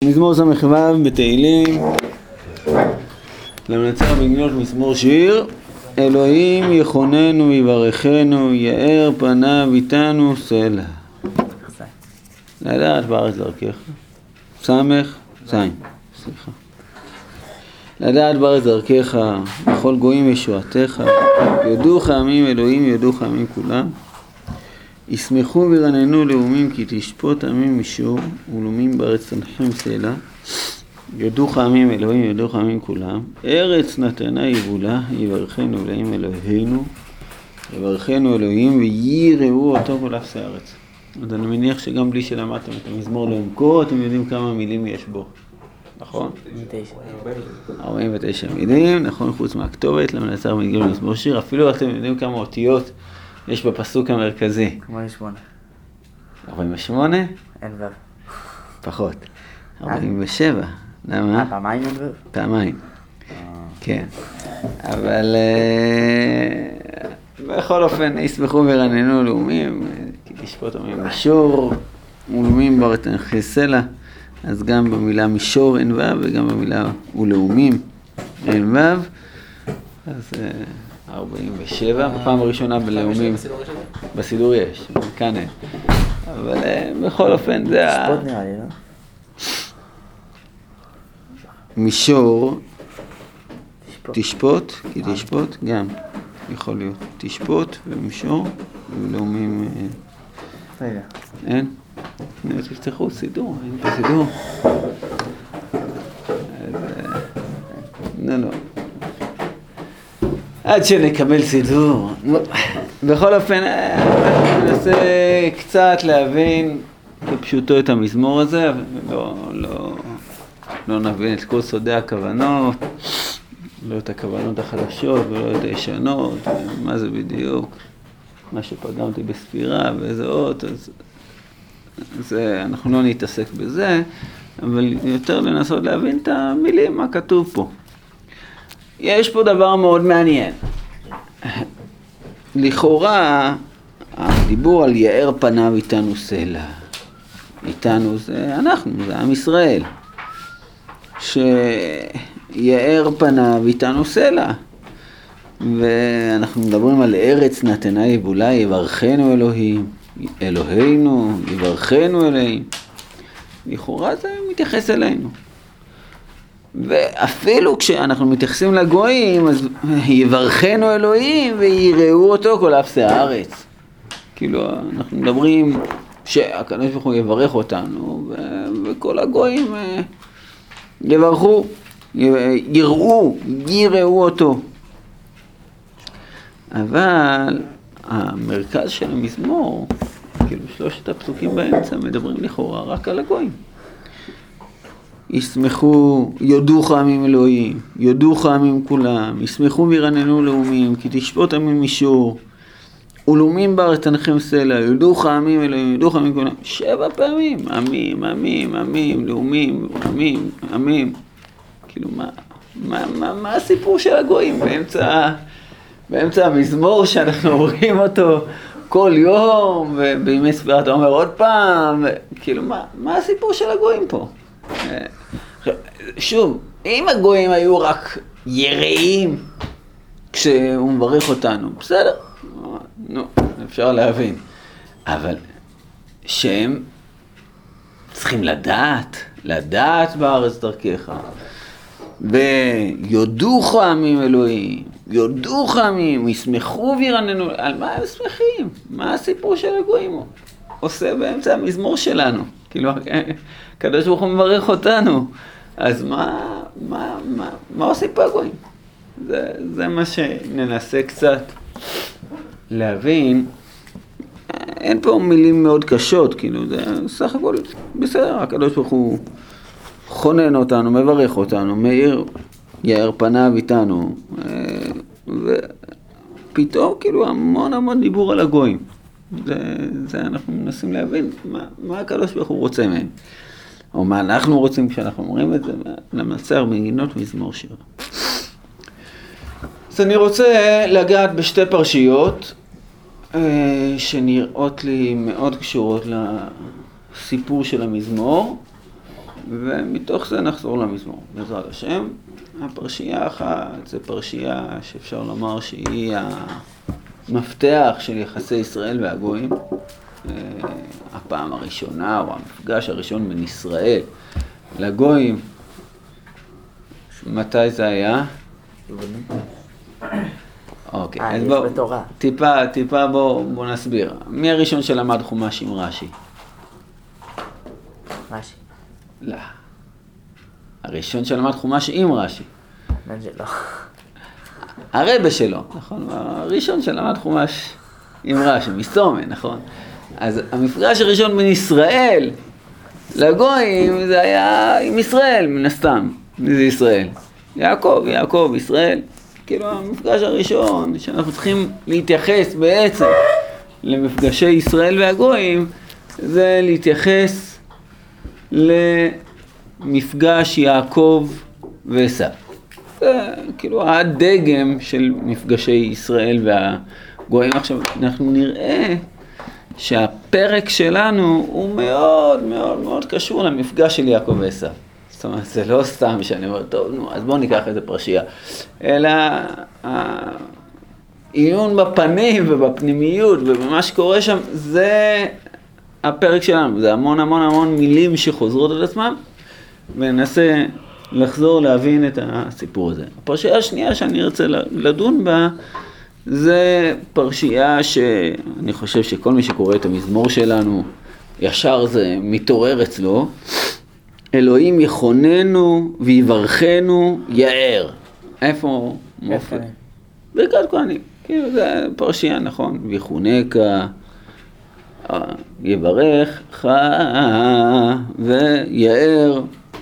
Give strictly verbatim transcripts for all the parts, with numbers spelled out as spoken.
מזמור סמ"ו בתהילים, למנצח בגנות מזמור שיר. אלוהים יכוננו יברכנו, יאר פניו איתנו סלע. לדעת בארץ דרכך. סמך, זין, סליחה. לדעת בארץ דרכך, בכל גויים ישועתך, יודוך עמים אלוהים, יודוך עמים כולם. ישמחו וירננו לאומים, כי תשפוט עמים משור, ולאומים בארץ תנחם סלע. יודוך עמים אלוהים, יודוך עמים כולם. ארץ נתנה יבולה, יברכנו אלוהים אלוהינו, יברכנו אלוהים ויראו אותו כל אפסי הארץ. אז אני מניח שגם בלי שלמדתם את המזמור לעומקו, אתם יודעים כמה מילים יש בו, נכון? ארבעים ותשע מילים, נכון, חוץ מהכתובת, למנצח בגנות מזמור שיר. אפילו אתם יודעים כמה אותיות יש בפסוק המרכזי. ארבעים ושמונה. ארבעים ושמונה? אין וו. פחות. ארבעים ושבע. למה? פעמיים אין וו? פעמיים. כן. אבל בכל אופן, ישמחו וירננו לאומים, כי תשפוט עמים משור, ולאומים בארץ תנחם סלע. אז גם במילה מישור אין וו, וגם במילה ולאומים אין וו. אז ארבעים ושבע, בפעם הראשונה בלאומים. בסידור יש, כאן אין. אבל בכל אופן זה ה... תשפוט נראה לי, לא? מישור, תשפוט, כי תשפוט גם יכול להיות. תשפוט ומישור, ולאומים רגע. אין. תפתחו סידור, אין פה סידור. לא, לא. עד שנקבל סידור. בכל אופן, אני מנסה קצת להבין כפשוטו את המזמור הזה, אבל לא, לא, לא נבין את כל סודי הכוונות, לא את הכוונות החדשות ולא את הישנות, מה זה בדיוק, מה שפגמתי בספירה ואיזה אות, אז זה, אנחנו לא נתעסק בזה, אבל יותר לנסות להבין את המילים, מה כתוב פה. יש פה דבר מאוד מעניין. לכאורה, הדיבור על יאר פניו איתנו סלע. איתנו זה אנחנו, זה עם ישראל. שיאר פניו איתנו סלע. ואנחנו מדברים על ארץ נתנה יבולה, יברכנו אלוהים, אלוהינו, יברכנו אלוהים. לכאורה זה מתייחס אלינו. ואפילו כשאנחנו מתייחסים לגויים, אז יברכנו אלוהים ויראו אותו כל אפסי הארץ. כאילו, אנחנו מדברים שהקדוש ברוך הוא יברך אותנו, וכל הגויים יברכו, יראו, יראו אותו. אבל המרכז של המזמור, כאילו שלושת הפסוקים באמצע, מדברים לכאורה רק על הגויים. ישמחו, יודוך עמים אלוהים, יודוך עמים כולם, ישמחו וירננו לאומים, כי תשפוט עמים משור, ולאומים בארץ תנחם סלע, יודוך עמים אלוהים, יודוך עמים כולם, שבע פעמים, עמים, עמים, עמים, לאומים, עמים, עמים. כאילו, מה, מה, מה, מה הסיפור של הגויים באמצע, באמצע המזמור שאנחנו אומרים אותו כל יום, ובימי ספירה אתה אומר עוד פעם, כאילו, מה, מה הסיפור של הגויים פה? שוב, אם הגויים היו רק יראים כשהוא מברך אותנו, בסדר, נו, אפשר להבין. אבל שהם צריכים לדעת, לדעת בארץ דרכך, ויודוך עמים אלוהים, יודוך עמים, ישמחו וירננו, על מה הם שמחים? מה הסיפור של הגויים הוא עושה באמצע המזמור שלנו? כאילו, הקדוש ברוך הוא מברך אותנו, אז מה, מה, מה, מה עושים פה הגויים? זה, זה מה שננסה קצת להבין. אין פה מילים מאוד קשות, כאילו, זה סך הכל בסדר, הקדוש ברוך הוא חונן אותנו, מברך אותנו, מאיר, יאר פניו איתנו, ופתאום כאילו המון המון דיבור על הגויים. זה, זה אנחנו מנסים להבין מה, מה הקדוש ברוך הוא רוצה מהם. או מה אנחנו רוצים כשאנחנו אומרים את זה, למנצח בגנות מזמור שיר. אז אני רוצה לגעת בשתי פרשיות, שנראות לי מאוד קשורות לסיפור של המזמור, ומתוך זה נחזור למזמור. בעזרת השם, הפרשייה אחת זה פרשייה שאפשר לומר שהיא המפתח של יחסי ישראל והגויים. הפעם הראשונה או המפגש הראשון בין ישראל לגויים. מתי זה היה? אוקיי, אה, אז יש בוא, בתורה. טיפה, טיפה בוא, בוא נסביר. מי הראשון שלמד חומש עם רש"י? רש"י. לא. הראשון שלמד חומש עם רש"י. נן שלא. הרבה שלו, נכון? הראשון שלמד חומש עם רש"י, מסתומן, נכון? אז המפגש הראשון בין ישראל לגויים זה היה עם ישראל, מן הסתם. מי זה ישראל? יעקב, יעקב, ישראל. כאילו המפגש הראשון שאנחנו צריכים להתייחס בעצם למפגשי ישראל והגויים זה להתייחס למפגש יעקב ועשיו. זה כאילו הדגם של מפגשי ישראל והגויים. עכשיו אנחנו נראה שהפרק שלנו הוא מאוד מאוד מאוד קשור למפגש של יעקב ועשיו. זאת אומרת, זה לא סתם שאני אומר, טוב, נו, אז בואו ניקח איזה פרשייה. אלא העיון בפנים ובפנימיות ובמה שקורה שם, זה הפרק שלנו. זה המון המון המון מילים שחוזרות על עצמם, וננסה לחזור להבין את הסיפור הזה. הפרשייה השנייה שאני רוצה לדון בה, זה פרשייה שאני חושב שכל מי שקורא את המזמור שלנו, ישר זה מתעורר אצלו. אלוהים יכוננו ויברכנו יאר. איפה מופיע? ברכת כהנים. כאילו זה פרשייה, נכון. ויחונקה, יברך, ויאר,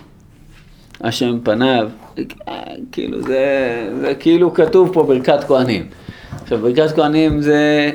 השם פניו. כאילו זה, זה כאילו כתוב פה ברכת כהנים. עכשיו ברכת כהנים זה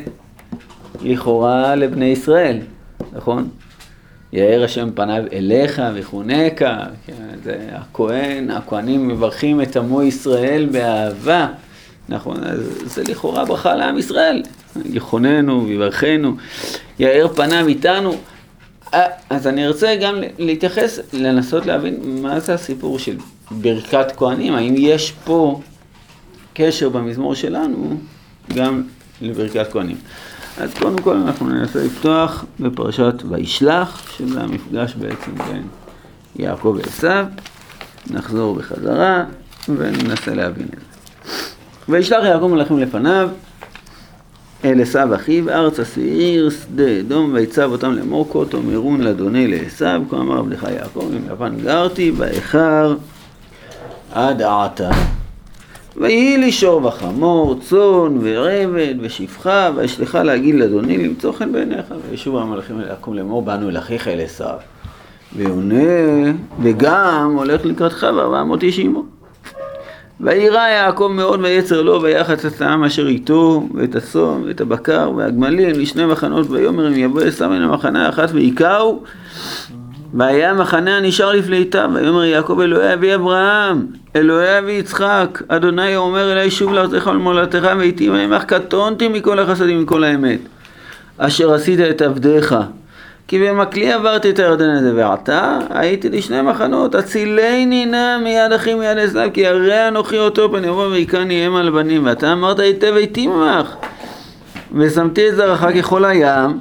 לכאורה לבני ישראל, נכון? יאר השם פניו אליך ויחונקה, זה הכהן, הכהנים מברכים את עמו ישראל באהבה, נכון, אז זה לכאורה ברכה לעם ישראל, יכוננו ויברכנו, יאר פניו איתנו. אז אני רוצה גם להתייחס, לנסות להבין מה זה הסיפור של ברכת כהנים, האם יש פה קשר במזמור שלנו גם לברכת כהנים. אז קודם כל אנחנו ננסה לפתוח בפרשת וישלח, שזה המפגש בעצם בין יעקב ועשיו. נחזור בחזרה וננסה להבין את זה. וישלח יעקב מלאכים לפניו אל עשיו אחיו, ארצה שעיר, שדה אדום, ויצב אותם לאמור כה תאמרון לאדוני לעשיו, כה אמר עבדך יעקב, עם לבן גרתי באיכר עד עתה. ויהי לי שור וחמור, צאן ועבד ושפחה, וישלחה להגיד לאדוני למצוא חן בעיניך. וישוב המלאכים אל יעקב לאמור, באנו אל אחיך אל עשיו. ועונה, וגם הולך לקראתך וארבע מאות איש עמו. וירא יעקב מאוד ויצר לו, ויחץ את העם אשר איתו, ואת הצאן ואת הבקר והגמלים לשני מחנות, ויאמר אם יבוא עשיו מן המחנה האחת ויקהו, והיה המחנה הנשאר לפליטיו. ויאמר יעקב אלוהי אבי אברהם, אלוהי אבי יצחק, אדוני אומר אלי שוב לארצך ולמולדתך, והייתי עמך, קטונתי מכל החסדים מכל האמת אשר עשית את עבדיך, כי במקלי עברתי את הירדן הזה, ועתה הייתי לשני מחנות, הצילני נא מיד אחי מיד עשיו, כי הרי אנוכי אותו פן יבוא ויקני אם על בנים, ואתה אמרת היטב הייתי עמך, ושמתי את זרעך ככל הים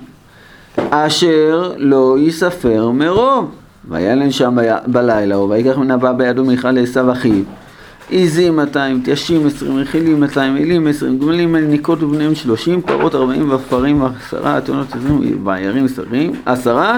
אשר לא יספר מרוב. וילן שם בלילה, ויקח מנבא בידו מיכל לעשיו אחיו, עזים מאתיים, תיישים עשרים, רכילים מאתיים, אלים עשרים, גמלים מניקות ובניהם שלושים, פרות ארבעים ופרים עשרה, אתונות עשרים, ועיירים עשרים, עשרה.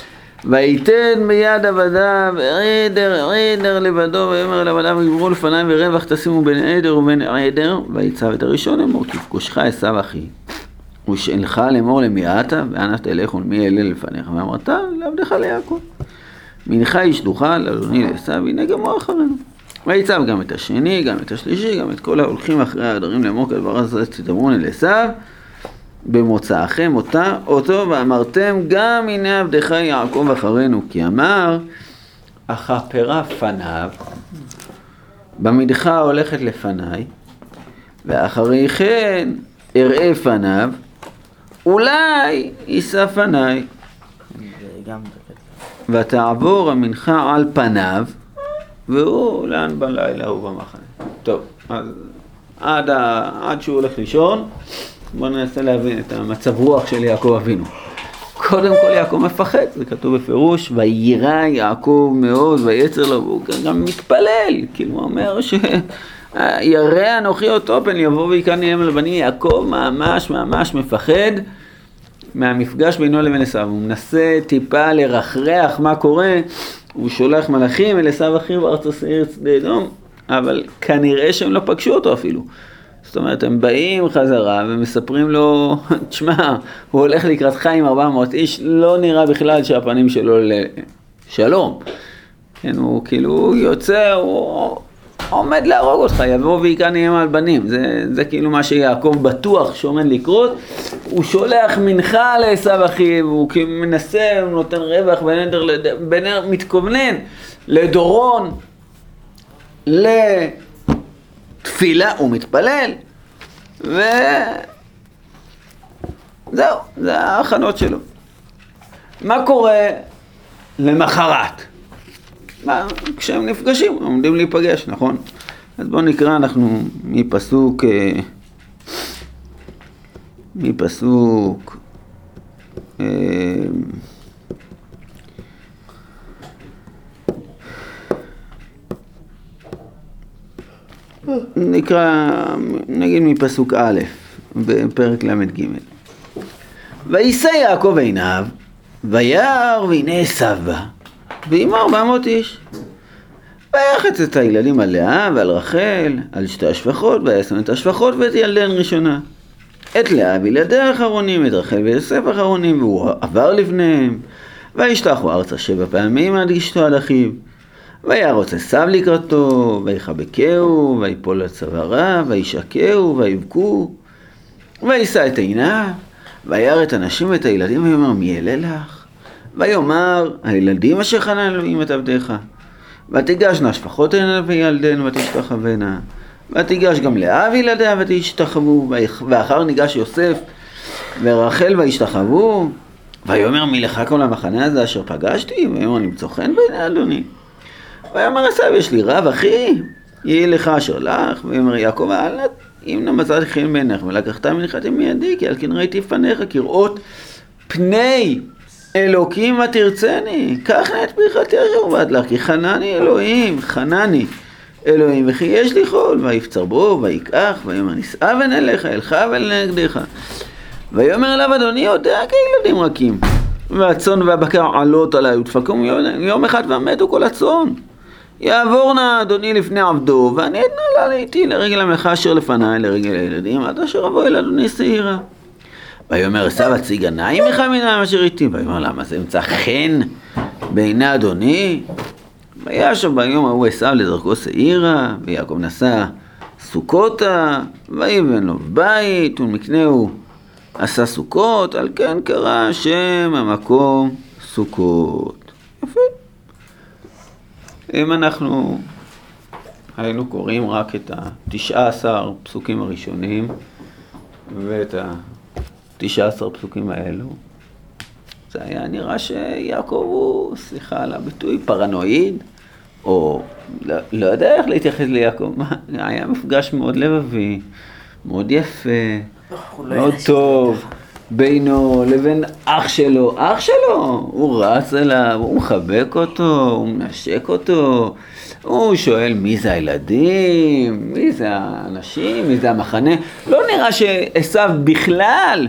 ויתן ביד עבדיו עדר, עדר לבדו, ויאמר אל עבדיו יברו לפניו ורווח תשימו בין עדר ובין עדר. ויצב את הראשון אמור, כי פגושך עשיו אחי, ושאלך לאמור למעתה, ואנה תלך ולמי אלה לפניך, ואמרת לעבדך ליעקב, מנך ישלוחה לאדוני לעשיו, והנה גם הוא אחרינו. ויצב גם את השני, גם את השלישי, גם את כל ההולכים אחרי העדרים לאמור כדבר הזה תדברון אל עשיו, במוצאכם אותה, אותו, ואמרתם גם הנה עבדך יעקב אחרינו, כי אמר, החפרה פניו, במדחה הולכת לפניי, ואחרי כן אראה פניו, אולי יישא פניי. גם ותעבור המנחה על פניו, והוא לאן בלילה הוא במחנה. טוב, אז עד, ה... עד שהוא הולך לישון, בואו ננסה להבין את המצב רוח של יעקב אבינו. קודם כל יעקב מפחד, זה כתוב בפירוש, וירא יעקב מאוד ויצר לו, והוא גם מתפלל, כאילו הוא אומר ש... ירא אנוכי אותו פן יבוא ויקרא נהיה לבנים. יעקב ממש ממש מפחד מהמפגש בינו לבין עשיו. הוא מנסה טיפה לרחרח מה קורה, הוא שולח מלאכים אל עשיו אחיו בארץ שעיר שדה אדום, אבל כנראה שהם לא פגשו אותו אפילו. זאת אומרת, הם באים חזרה ומספרים לו, תשמע, הוא הולך לקראתך עם ארבע מאות איש, לא נראה בכלל שהפנים שלו לשלום. כן, הוא כאילו יוצא, הוא עומד להרוג אותך, יבוא ויקרא נהיה לבנים. זה, זה כאילו מה שיעקב בטוח שעומד לקרות. הוא שולח מנחה לעשיו אחיו, הוא מנסה, הוא נותן רווח בנדר, בנדר מתכוונן לדורון, לתפילה, הוא מתפלל, וזהו, זה ההכנות שלו. מה קורה למחרת? מה, כשהם נפגשים, הם עומדים להיפגש, נכון? אז בואו נקרא, אנחנו מפסוק, מפסוק, נקרא, נגיד מפסוק א', בפרק למד ג'. וישא יעקב עיניו, וירא והנה עשיו בא, ועמו ארבע מאות איש. ויחץ את הילדים על לאה ועל רחל, על שתי השפחות, וישם את השפחות ואת ילדיהן ראשונה. את לאה וילדיה האחרונים, את רחל ויוסף האחרונים, והוא עבר לפניהם. וישלחו ארצה שבע פעמים עד אשתו עד אחיו. וירוץ עשיו לקראתו, ויחבקהו, ויפול על צוואריו, וישקהו, ויבכו. וישא את עיניו, וירא את הנשים ואת הילדים, ויאמר מי אלה לך? ויאמר הילדים אשר חנן אלוהים את עבדיך. ותיגשנה השפחות הנה וילדיהן ותשתחוונה. ותיגש גם לאה וילדיה ותשתחוו. ואחר ניגש יוסף ורחל וישתחוו. ויאמר מי לך כל המחנה הזה אשר פגשתי? ויאמר נמצא חן בעיני אדוני. ויאמר עשיו יש לי רב אחי, יהיה לך אשר לך. ויאמר יעקב אל נא אם נא מצאתי חן בעיניך ולקחת מנחתי מידי, כי על כן ראיתי פניך כראות פני אלוקים מה תרצני. קח נא את ברכתי אשר באת לך, כי חנני אלוהים, חנני אלוהים, וכי יש לי חול. ויפצר בו ויקח, ויאמר נסעבן אליך, אלך ולנגדך. ויאמר אליו אדוני יודע כי ילדים רכים, והצאן והבקר עלות עליי, ותפקום יום אחד ומתו כל הצאן. יעבור נא אדוני לפני עבדו, ואני אתנה לה לאיתי לרגל המלאכה אשר לפניי, לרגל הילדים, עד אשר אבוא אל אדוני שעירה. ויאמר עשיו הציג עיניים ממך מן העם אשר איתי. ויאמר למה זה ימצא חן בעיני אדוני? וישב ביום ההוא עשיו לדרכו שעירה, ויעקב נסע סוכותה, ויבן לו בית, ומקנהו עשה סוכות, על כן קרא שם המקום סוכות. יפה. אם אנחנו היינו קוראים רק את ה-תשעה עשר פסוקים הראשונים ואת ה-תשעה עשר פסוקים האלו, זה היה נראה שיעקב הוא, סליחה על הביטוי, פרנואיד, או לא, לא יודע איך להתייחס ליעקב. היה מפגש מאוד לבבי, מאוד יפה, מאוד טוב, בינו לבין אח שלו. אח שלו, הוא רץ אליו, הוא מחבק אותו, הוא מנשק אותו, הוא שואל מי זה הילדים, מי זה האנשים, מי זה המחנה. לא נראה שעשיו בכלל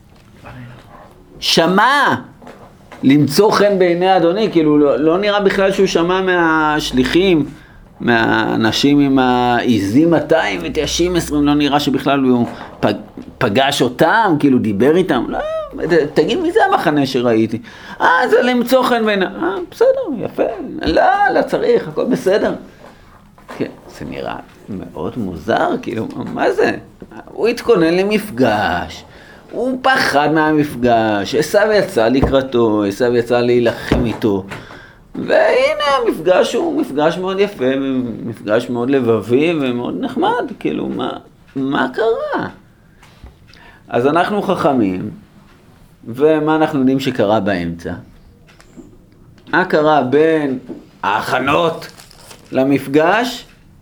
שמע למצוא חן בעיני אדוני, כאילו לא, לא נראה בכלל שהוא שמע מהשליחים, מהאנשים עם העיזים מאתיים ותשעים עשרים, לא נראה שבכלל הוא פג, פגש אותם, כאילו דיבר איתם. לא, תגיד מי זה המחנה שראיתי? אה, זה למצוא חן בעיני. אה, בסדר, יפה. לא, לא צריך, הכל בסדר. כן, זה נראה מאוד מוזר, כאילו, מה זה? הוא התכונן למפגש. הוא פחד מהמפגש, עשיו יצא לקראתו, עשיו יצא להילחם איתו, והנה המפגש הוא מפגש מאוד יפה, מפגש מאוד לבבי ומאוד נחמד, כאילו מה, מה קרה? אז אנחנו חכמים, ומה אנחנו יודעים שקרה באמצע? מה קרה בין ההכנות למפגש,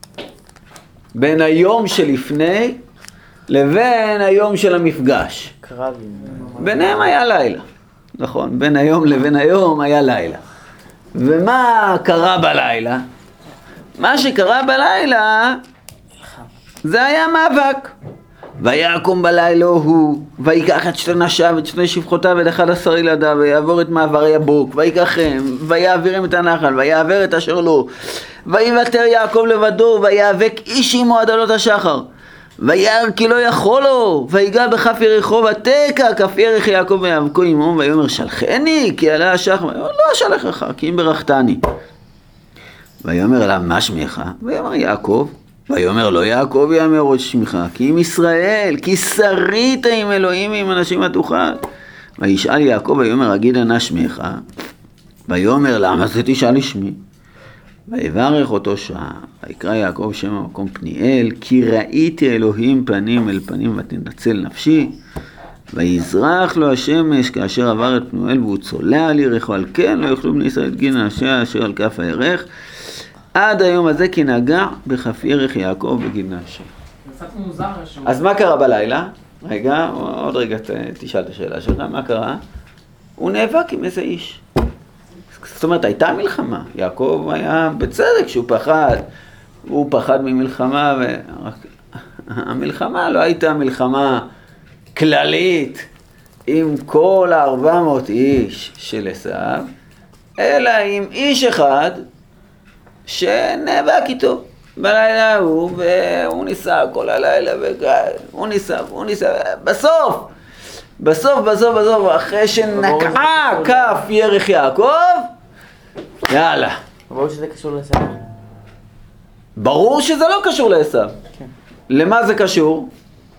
בין היום שלפני לבין היום של המפגש? קרבים. ביניהם היה לילה, נכון, בין היום לבין היום היה לילה. ומה קרה בלילה? מה שקרה בלילה זה היה מאבק. ויקום בלילה הוא, ויקח את שתי נשיו, את שני שפחותיו ואת אחד עשר ילדיו, ויעבור את מעבר היבוק, ויקחם, ויעבירם את הנחל, ויעבר את אשר לו, ויוותר יעקב לבדו, ויאבק איש עמו עד עלות השחר. וירא כי לא יכול לו, ויגע בכף יריחו, ותקע כף ירך יעקב ויאבקו עמו, ויאמר שלחני, כי עלה השחר, לא אשלחך, כי אם ברכתני. ויאמר אליו, מה שמך? ויאמר יעקב. ויאמר לו יעקב יאמר עוד שמך, כי אם ישראל, כי שרית עם אלוהים עם אנשים מה תוכל. וישאל יעקב ויאמר אגיד נא שמך. ויאמר למה זה תשאל שמי? ויברך אותו שעה, ויקרא יעקב שם המקום פניאל, כי ראיתי אלוהים פנים אל פנים ותנצל נפשי. ויזרח לו השמש כאשר עבר את פנואל והוא צולע על ירחו, על כן לא יאכלו בני ישראל את גין האשר אשר על כף הירך. עד היום הזה כי נגע בכף ירך יעקב בגין האשר. אז מה קרה בלילה? רגע, עוד רגע תשאל את השאלה שלך, מה קרה? הוא נאבק עם איזה איש. זאת אומרת, הייתה מלחמה. יעקב היה בצדק שהוא פחד, הוא פחד ממלחמה, והמלחמה לא הייתה מלחמה כללית עם כל ארבע מאות איש של עשיו, אלא עם איש אחד שנאבק איתו בלילה ההוא, והוא ניסה כל הלילה, והוא ניסה, והוא ניסה, בסוף, בסוף, בסוף, בסוף, אחרי שנקעה כף ירך יעקב, יאללה. ברור שזה קשור לעשיו. ברור שזה לא קשור לעשיו. כן. למה זה קשור?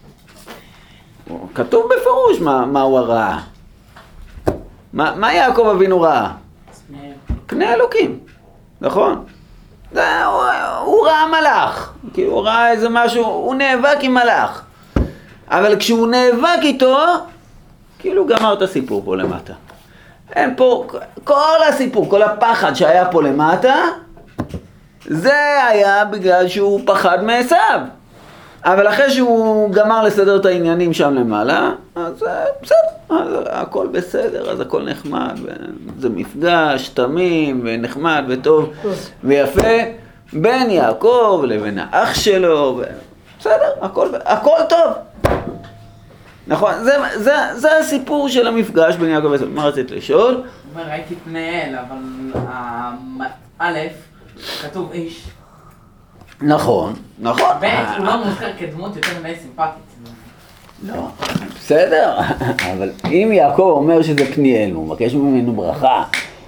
כתוב בפירוש מה, מה הוא ראה. מה, מה יעקב אבינו ראה? פני אלוקים, נכון? זה, הוא, הוא ראה מלאך, כי הוא ראה איזה משהו, הוא נאבק עם מלאך. אבל כשהוא נאבק איתו, כאילו גמר את הסיפור פה למטה. אין פה, כל הסיפור, כל הפחד שהיה פה למטה, זה היה בגלל שהוא פחד מעשיו. אבל אחרי שהוא גמר לסדר את העניינים שם למעלה, אז בסדר, אז הכל בסדר, אז הכל נחמד, זה מפגש תמים ונחמד וטוב ויפה בין יעקב לבין האח שלו, בסדר, הכל, הכל טוב. נכון, זה, זה, זה הסיפור של המפגש בין יעקב ועשיו. מה רצית לשאול? הוא אומר, ראיתי פניאל, אבל א', כתוב איש. נכון, נכון. ב', הוא לא מוזכר כדמות יותר מדי סימפטית. לא, בסדר, אבל אם יעקב אומר שזה פניאל, הוא מבקש ממנו ברכה,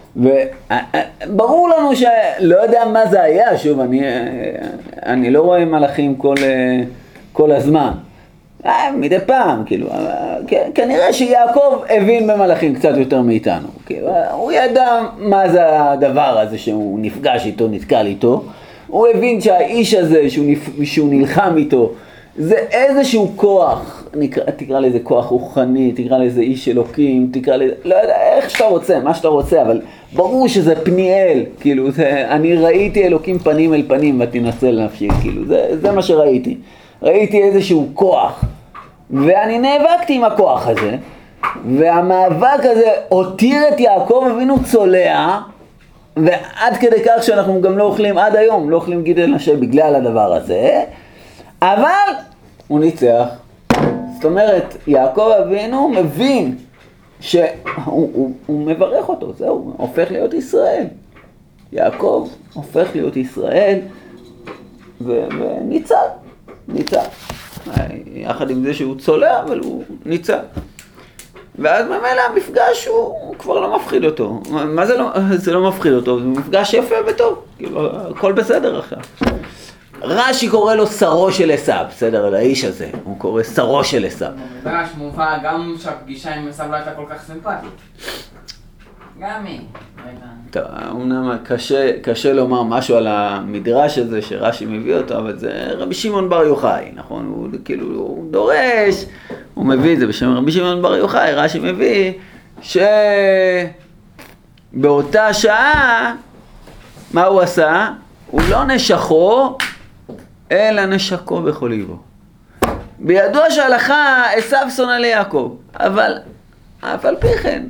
וברור לנו שלא יודע מה זה היה, שוב, אני, אני לא רואה מלאכים כל, כל הזמן. מדי פעם, כאילו, כנראה שיעקב הבין במלאכים קצת יותר מאיתנו. הוא ידע מה זה הדבר הזה שהוא נפגש איתו, נתקל איתו. הוא הבין שהאיש הזה שהוא, נפ... שהוא נלחם איתו, זה איזשהו כוח, נקרא, תקרא לזה כוח רוחני, תקרא לזה איש אלוקים, תקרא לזה, לא יודע, איך שאתה רוצה, מה שאתה רוצה, אבל ברור שזה פניאל, כאילו, זה, אני ראיתי אלוקים פנים אל פנים ותנצל נפשי, כאילו, זה, זה מה שראיתי. ראיתי איזשהו כוח, ואני נאבקתי עם הכוח הזה, והמאבק הזה הותיר את יעקב אבינו צולע, ועד כדי כך שאנחנו גם לא אוכלים עד היום, לא אוכלים גידל נשה בגלל הדבר הזה, אבל הוא ניצח. זאת אומרת, יעקב אבינו מבין שהוא הוא, הוא מברך אותו, זהו, הוא הופך להיות ישראל. יעקב הופך להיות ישראל ו- וניצח, ניצח. יחד עם זה שהוא צולע, אבל הוא ניצח. ואז ממילא המפגש הוא, הוא כבר לא מפחיד אותו. מה זה לא, זה לא מפחיד אותו? זה מפגש יפה וטוב. כאילו, הכל בסדר עכשיו. רש"י קורא לו שרו של עשיו, בסדר? לאיש הזה. הוא קורא שרו של עשיו. במדרש מובא גם שהפגישה עם עשיו לא הייתה כל כך סימפטית. גם היא. טוב, אמנם קשה, קשה לומר משהו על המדרש הזה שרש"י מביא אותו, אבל זה רבי שמעון בר יוחאי, נכון? הוא כאילו, הוא דורש, הוא מביא את זה בשם רבי שמעון בר יוחאי, רש"י מביא ש... באותה שעה, מה הוא עשה? הוא לא נשכו, אלא נשקו בכל ליבו. בידוע שהלכה עשיו שונא ליעקב, אבל אף על פי כן,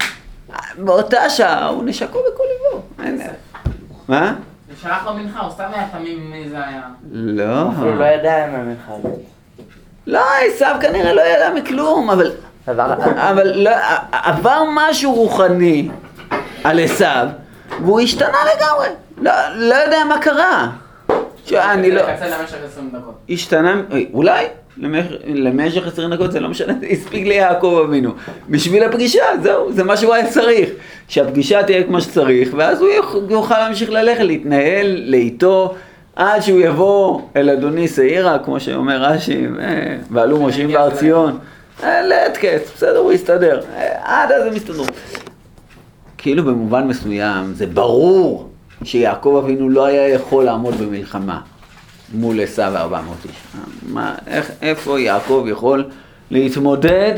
באותה שעה הוא נשקו בכל ליבו. מה? זה שלח לו מנחה, הוא סתם היה תמים מי זה היה. לא. אפילו לא ידע מה מנחה. לא, עשיו כנראה לא ידע מכלום, אבל... אבל לא, עבר משהו רוחני על עשיו, והוא השתנה לגמרי. לא, לא יודע מה קרה. שאני לא... קצה למשך עשרים דקות. השתנה, אולי, למשך עשרים דקות זה לא משנה, הספיק ליעקב אבינו. בשביל הפגישה, זהו, זה מה שהוא היה צריך. שהפגישה תהיה כמו שצריך, ואז הוא יוכל להמשיך ללכת, להתנהל לאיתו, עד שהוא יבוא אל אדוני שעירה, כמו שאומר רש"י, ועלו מושיעים בהר ציון. לעת קץ, בסדר, הוא יסתדר. עד אז הם יסתדרו. כאילו במובן מסוים, זה ברור שיעקב אבינו לא היה יכול לעמוד במלחמה מול עשיו וארבע מאות איש. מה, איך, איפה יעקב יכול להתמודד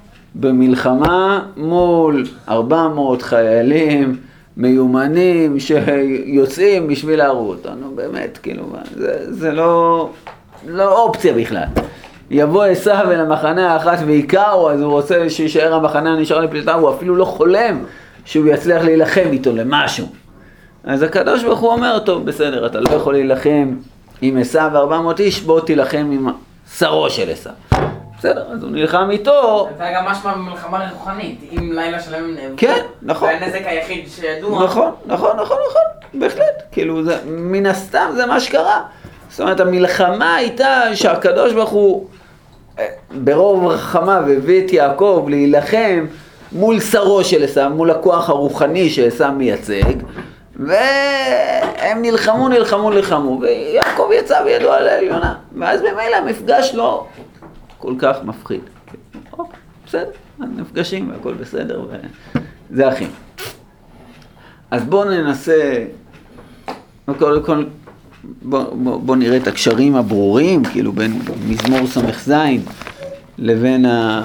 במלחמה מול ארבע מאות חיילים מיומנים שיוצאים בשביל להרוג אותנו? באמת, כאילו, זה, זה לא, לא אופציה בכלל. יבוא עשיו אל המחנה האחת ויקראו, אז הוא רוצה שישאר המחנה הנשאר לפליטה, הוא אפילו לא חולם שהוא יצליח להילחם איתו למשהו. אז הקדוש ברוך הוא אומר, טוב, בסדר, אתה לא יכול להילחם עם עשיו וארבע מאות איש, בוא תילחם עם שרו של עשיו. בסדר, אז הוא נלחם איתו. זה היה גם משמע במלחמה רוחנית, אם לילה שלם הם נאבקו. כן, נכון. זה הנזק היחיד שידוע. נכון, נכון, נכון, נכון, בהחלט. כאילו, זה, מן הסתם זה מה שקרה. זאת אומרת, המלחמה הייתה שהקדוש ברוך הוא ברוב רחמה והביא את יעקב להילחם מול שרו של עשיו, מול הכוח הרוחני שעשיו מייצג, והם נלחמו, נלחמו, נלחמו, ויעקב יצא וידוע על העליונה, ואז במילא המפגש לא כל כך מפחיד. אוקיי, בסדר, נפגשים והכל בסדר, וזה אחים. אז בואו ננסה, קודם כל, בוא, בוא, בוא נראה את הקשרים הברורים, כאילו בין מזמור סמך זין לבין, ה...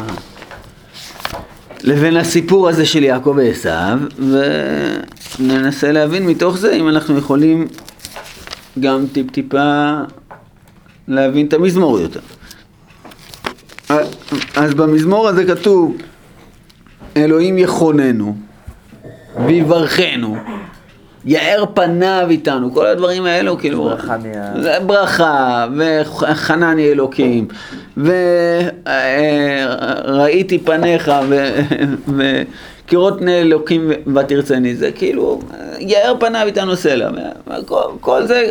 לבין הסיפור הזה של יעקב ועשיו, וננסה להבין מתוך זה אם אנחנו יכולים גם טיפ טיפה להבין את המזמור יותר. אז במזמור הזה כתוב, אלוהים יכוננו ויברכנו, יאר פניו איתנו, כל הדברים האלו, כאילו, ברכה מה... זה ברכה, וחנני אלוקים, וראיתי פניך, וקירות פני אלוקים ותרצני, זה כאילו, יאר פניו איתנו סלע, כל, כל זה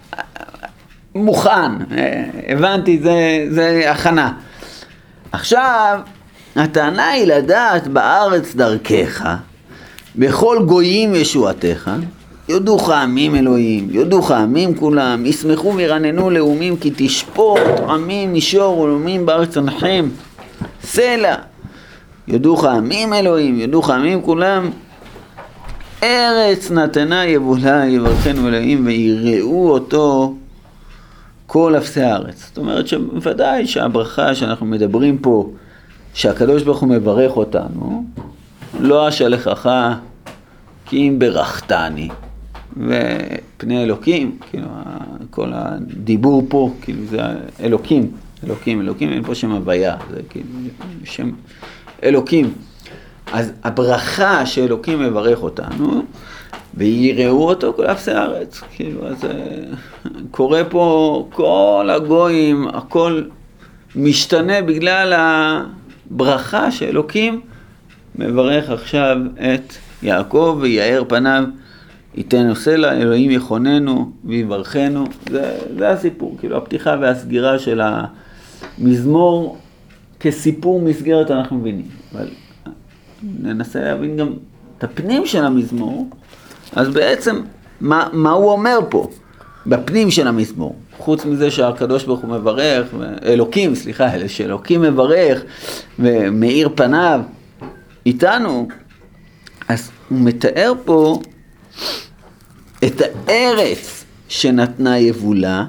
מוכן, הבנתי, זה, זה הכנה. עכשיו, הטענה היא לדעת בארץ דרכך, בכל גויים ישועתך, יודוך עמים אלוהים, יודוך עמים כולם, ישמחו וירננו לאומים, כי תשפוט עמים נשור ולאומים בארץ אנחם, סלע, יודוך עמים אלוהים, יודוך עמים כולם, ארץ נתנה יבולה יברכנו אלוהים, ויראו אותו כל אפסי הארץ. זאת אומרת שוודאי שהברכה שאנחנו מדברים פה, שהקדוש ברוך הוא מברך אותנו, לא אשלחך כי אם ברכתני, ופני אלוקים, כאילו כל הדיבור פה, כאילו זה אלוקים, אלוקים, אלוקים, אין פה שם הוויה, זה כאילו שם אלוקים. אז הברכה שאלוקים מברך אותנו, ויראו אותו כל אפסי הארץ, כאילו, אז קורה פה כל הגויים, הכל משתנה בגלל הברכה שאלוקים מברך עכשיו את יעקב ויאר פניו, ייתן סלע, אלוהים יכוננו ויברכנו. זה, זה הסיפור, כאילו הפתיחה והסגירה של המזמור כסיפור מסגרת אנחנו מבינים. אבל ננסה להבין גם את הפנים של המזמור, אז בעצם מה, מה הוא אומר פה בפנים של המזמור? חוץ מזה שהקדוש ברוך הוא מברך, אלוקים, סליחה, שאלוקים מברך ומאיר פניו איתנו, אז הוא מתאר פה את הארץ שנתנה יבולה,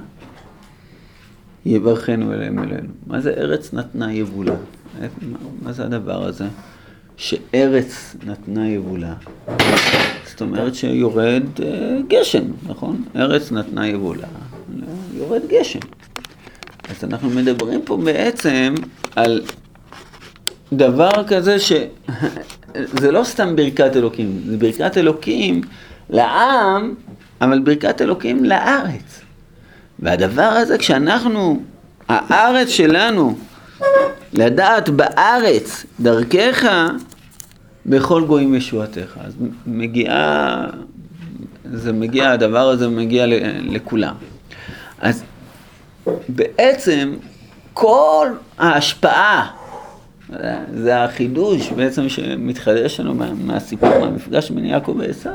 יברכנו אליהם אלינו. מה זה ארץ נתנה יבולה? מה, מה זה הדבר הזה? שארץ נתנה יבולה. זאת אומרת שיורד גשם, נכון? ארץ נתנה יבולה, יורד גשם. אז אנחנו מדברים פה בעצם על דבר כזה שזה לא סתם ברכת אלוקים, זה ברכת אלוקים לעם, אבל ברכת אלוקים לארץ. והדבר הזה, כשאנחנו, הארץ שלנו, לדעת בארץ דרכך, בכל גויים ישועתך. אז מגיעה, זה מגיע, הדבר הזה מגיע לכולם. אז בעצם כל ההשפעה, זה החידוש בעצם שמתחדש לנו מהסיפור, מהמפגש בין יעקב ועשיו,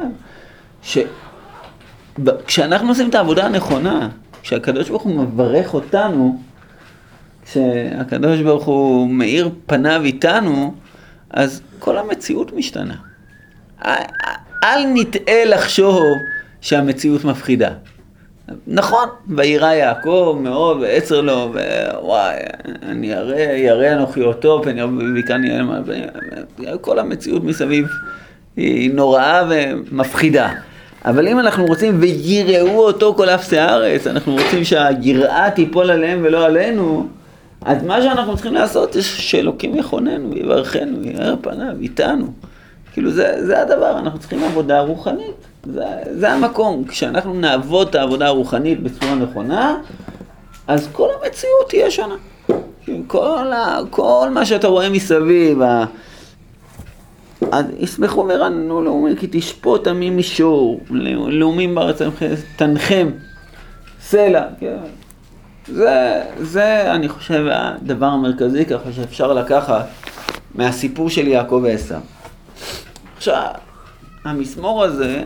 שכשאנחנו עושים את העבודה הנכונה, כשהקדוש ברוך הוא מברך אותנו, כשהקדוש ברוך הוא מאיר פניו איתנו, אז כל המציאות משתנה. אל נטעה לחשוב שהמציאות מפחידה. נכון, וירא יעקב מאוד, ועצר לו, ווואי, אני ירא, ירא אנוכי אותו, פן ירא וביקרני ירא, כל המציאות מסביב היא נוראה ומפחידה. אבל אם אנחנו רוצים ויראו אותו כל אפסי הארץ, אנחנו רוצים שהיראה תיפול עליהם ולא עלינו, אז מה שאנחנו צריכים לעשות זה שאלוקים יכוננו, יברכנו, יאר פניו, איתנו. כאילו זה, זה הדבר, אנחנו צריכים עבודה רוחנית. זה, זה המקום. כשאנחנו נעבוד את העבודה הרוחנית בצורה נכונה, אז כל המציאות תהיה שונה. כל, ה, כל מה שאתה רואה מסביב, ה... אז ישמחו ורננו לאומים, כי תשפוט עמים מישור, לאומים בארץ תנחם, סלע. זה, זה, אני חושב, הדבר המרכזי, ככה שאפשר לקחת מהסיפור של יעקב ועשיו. עכשיו, המזמור הזה,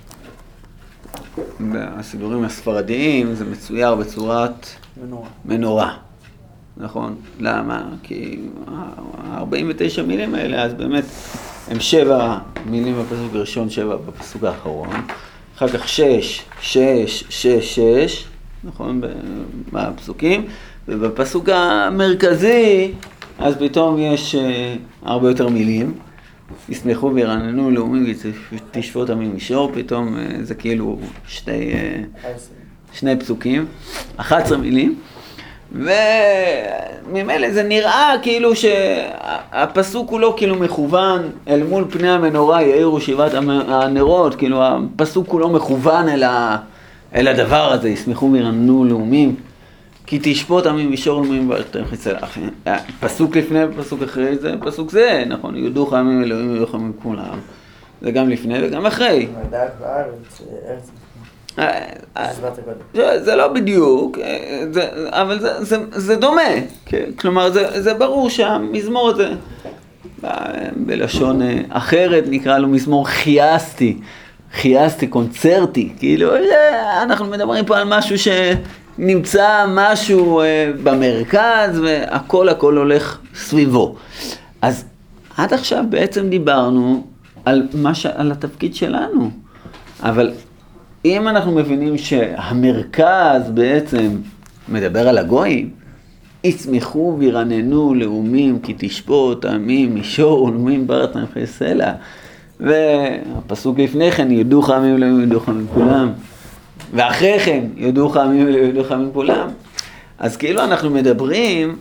בסידורים הספרדיים, זה מצויר בצורת מנורה. מנורה. נכון? למה? כי ה-ארבעים ותשע מילים האלה, אז באמת הם שבע מילים בפסוק הראשון, שבע בפסוק האחרון. אחר כך שש, שש, שש, שש, נכון? בפסוקים. ובפסוק המרכזי, אז פתאום יש הרבה יותר מילים. ישמחו וירננו לאומים ותשפוט עמים מישור, פתאום זה כאילו שתי, שני פסוקים, אחת עשרה מילים. וממילא זה נראה כאילו שהפסוק הוא לא כאילו מכוון אל מול פני המנורה יאירו שבעת הנרות, כאילו הפסוק הוא לא מכוון אל, ה, אל הדבר הזה, ישמחו וירננו לאומים, כי תשפוט עמים מישור לאומים ואתם חיצל. פסוק לפני ופסוק אחרי זה, פסוק זה, נכון, יודוך עמים אלוהים יודוך עמים כולם, זה גם לפני וגם אחרי. מדעת בארץ, ארץ זה לא בדיוק, אבל זה דומה, כלומר זה ברור שהמזמור הזה, בלשון אחרת נקרא לו מזמור חייסטי, חייסטי, קונצרטי, כאילו אנחנו מדברים פה על משהו שנמצא משהו במרכז והכל הכל הולך סביבו. אז עד עכשיו בעצם דיברנו על, ש... על התפקיד שלנו, אבל אם אנחנו מבינים שהמרכז בעצם מדבר על הגויים, ישמחו וירננו לאומים כי תשפוט עמים מישור ולאומים בארץ תנחם סלע, והפסוק לפני כן יודוך עמים אלוהים יודוך עמים כולם, ואחרי כן יודוך עמים אלוהים יודוך עמים כולם. אז כאילו אנחנו מדברים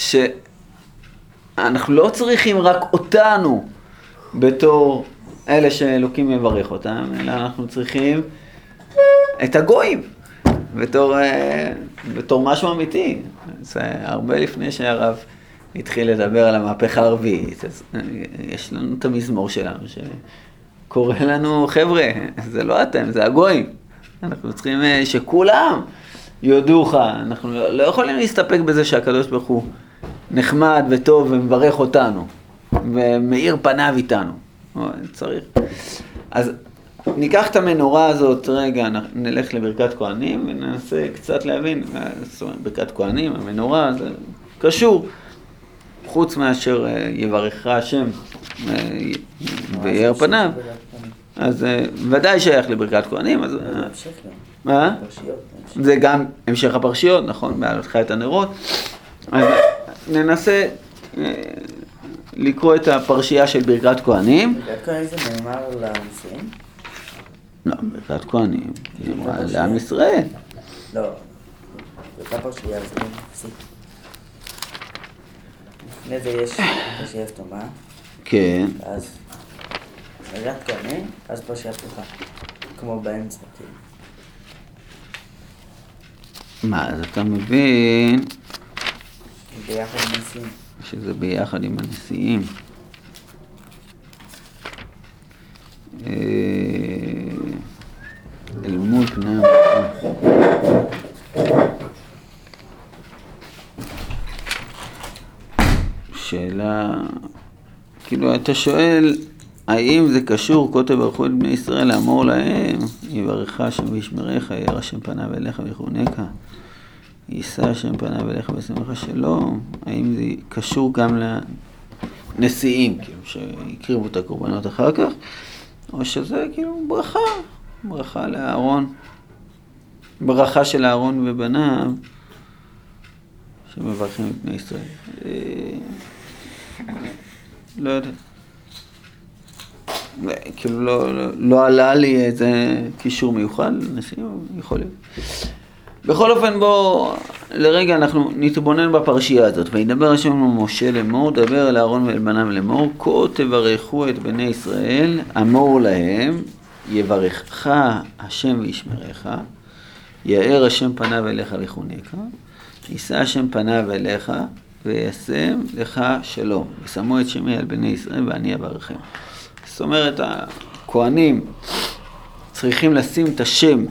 שאנחנו לא צריכים רק אותנו בתור אלה שאלוקים מברך אותם, אלא אנחנו צריכים את הגויים בתור, בתור משהו אמיתי. זה הרבה לפני שהרב התחיל לדבר על המהפכה הרביעית, אז יש לנו את המזמור שלנו שקורא לנו, חבר'ה, זה לא אתם, זה הגויים. אנחנו צריכים שכולם יודוך, אנחנו לא יכולים להסתפק בזה שהקדוש ברוך הוא נחמד וטוב ומברך אותנו ומאיר פניו איתנו. צריך. אז ניקח את המנורה הזאת, רגע, נלך לברכת כהנים וננסה קצת להבין, זאת אומרת, ברכת כהנים, המנורה, זה קשור, חוץ מאשר יברכך השם ויאר פניו, אז ודאי שייך לברכת כהנים, אז... מה? זה גם המשך הפרשיות, נכון, בהעלותך את הנרות, אז ננסה לקרוא את הפרשייה של ברכת כהנים. ברכת כהנים זה נאמר לנשיאים? לא, ברכת כהנים, נאמרה לעם ישראל. לא, ברכת פרשייה זה גם פסיק. לפני זה יש פרשייה סתומה. כן. אז ברכת כהנים, אז פרשייה פתוחה. כמו באמצע, כאילו. מה, אז אתה מבין ביחד עם הנשיאים. שזה ביחד עם הנשיאים. אה, אל מול פני המקום. שאלה, כאילו אתה שואל, האם זה קשור כה תברכו את בני ישראל לאמור להם, יברכך השם וישמרך, יאר השם פניו אליך ויחונקה, יישא השם פניו אליך וישמח שלום? האם זה קשור גם לנשיאים, כאילו שיקריבו את הקורבנות אחר כך, או שזה כאילו ברכה, ברכה לאהרון, ברכה של אהרון ובניו, שמברכים את בני ישראל. לא יודע. כאילו לא, לא, לא עלה לי איזה קישור מיוחד לנשיאים, יכול להיות. בכל אופן בוא, לרגע אנחנו נתבונן בפרשייה הזאת. וידבר השם למשה לאמור, דבר אל אהרון ואל בניו לאמור, כה תברכו את בני ישראל, אמור להם, יברכך השם וישמרך, יאר השם פניו אליך ויחונקה, יישא השם פניו אליך וישם לך שלום, ושמו את שמי על בני ישראל ואני אברכם. זאת אומרת, הכהנים צריכים לשים את השם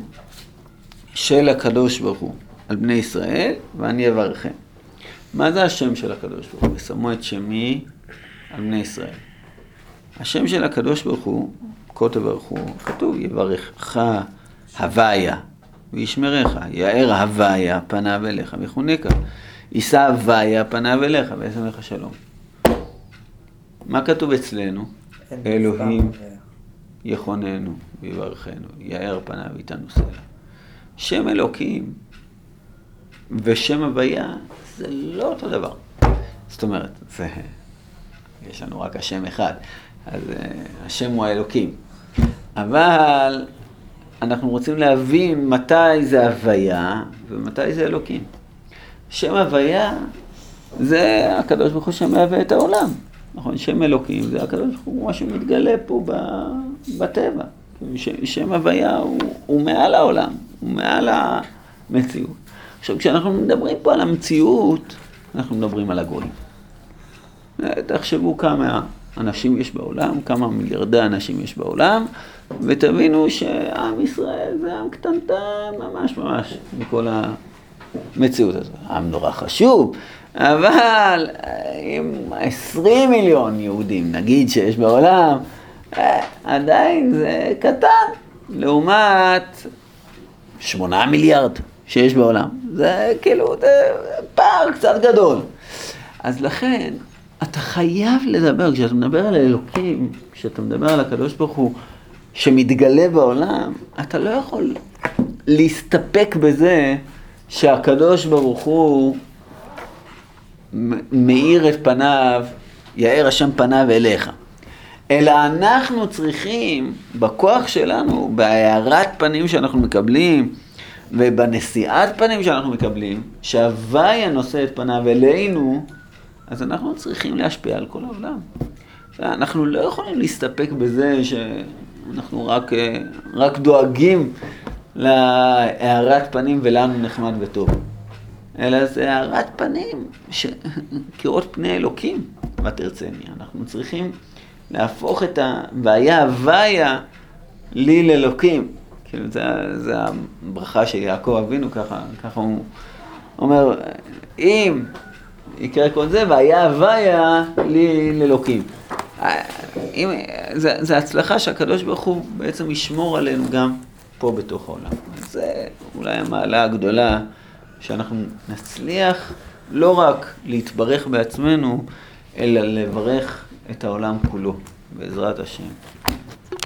של הקדוש ברוך הוא על בני ישראל ואני אברכם. מה זה השם של הקדוש ברוך הוא? ושמו את שמי על בני ישראל. השם של הקדוש ברוך הוא, כה תברכו, כתוב יברכך הוויה וישמרך, יאר הוויה פניו אליך ויחונקה, יישא הוויה פניו אליך וישם לך שלום. מה כתוב אצלנו? אלוהים יכוננו ויברכנו, יאר פניו איתנו סלע. שם אלוקים ושם הוויה זה לא אותו דבר. זאת אומרת, זה, יש לנו רק השם אחד, אז uh, השם הוא האלוקים. אבל אנחנו רוצים להבין מתי זה הוויה ומתי זה אלוקים. שם הוויה זה הקדוש ברוך הוא שמהווה את העולם. נכון, שם אלוקים זה הקדוש ברוך הוא מה שמתגלה פה בטבע. שם, שם הוויה הוא, הוא מעל העולם, הוא מעל המציאות. עכשיו, כשאנחנו מדברים פה על המציאות, אנחנו מדברים על הגויים. תחשבו כמה אנשים יש בעולם, כמה מיליארדי אנשים יש בעולם, ותבינו שעם ישראל זה עם קטנטן ממש ממש מכל המציאות הזאת. עם נורא חשוב, אבל עם עשרים מיליון יהודים, נגיד שיש בעולם, עדיין זה קטן, לעומת שמונה מיליארד שיש בעולם. זה כאילו זה פער קצת גדול. אז לכן, אתה חייב לדבר, כשאתה מדבר על האלוקים, כשאתה מדבר על הקדוש ברוך הוא, שמתגלה בעולם, אתה לא יכול להסתפק בזה שהקדוש ברוך הוא מאיר את פניו, יאר השם פניו אליך. אלא אנחנו צריכים, בכוח שלנו, בהארת פנים שאנחנו מקבלים, ובנשיאת פנים שאנחנו מקבלים, שהוויה נושא את פניו אלינו, אז אנחנו צריכים להשפיע על כל העולם. אנחנו לא יכולים להסתפק בזה שאנחנו רק, רק דואגים להארת פנים ולנו נחמד וטוב. אלא זה הארת פנים, כראות פני אלוקים, ותרצני. אנחנו צריכים להפוך את הוויה, הוויה, לי לאלוקים. כאילו זה, זה הברכה של יעקב אבינו, ככה, ככה הוא אומר, אם יקרה כל זה, והיה הוויה לי לאלוקים. אם, זה, זה הצלחה שהקדוש ברוך הוא בעצם ישמור עלינו גם פה בתוך העולם. זה אולי המעלה הגדולה שאנחנו נצליח לא רק להתברך בעצמנו, אלא לברך את העולם כולו, בעזרת השם.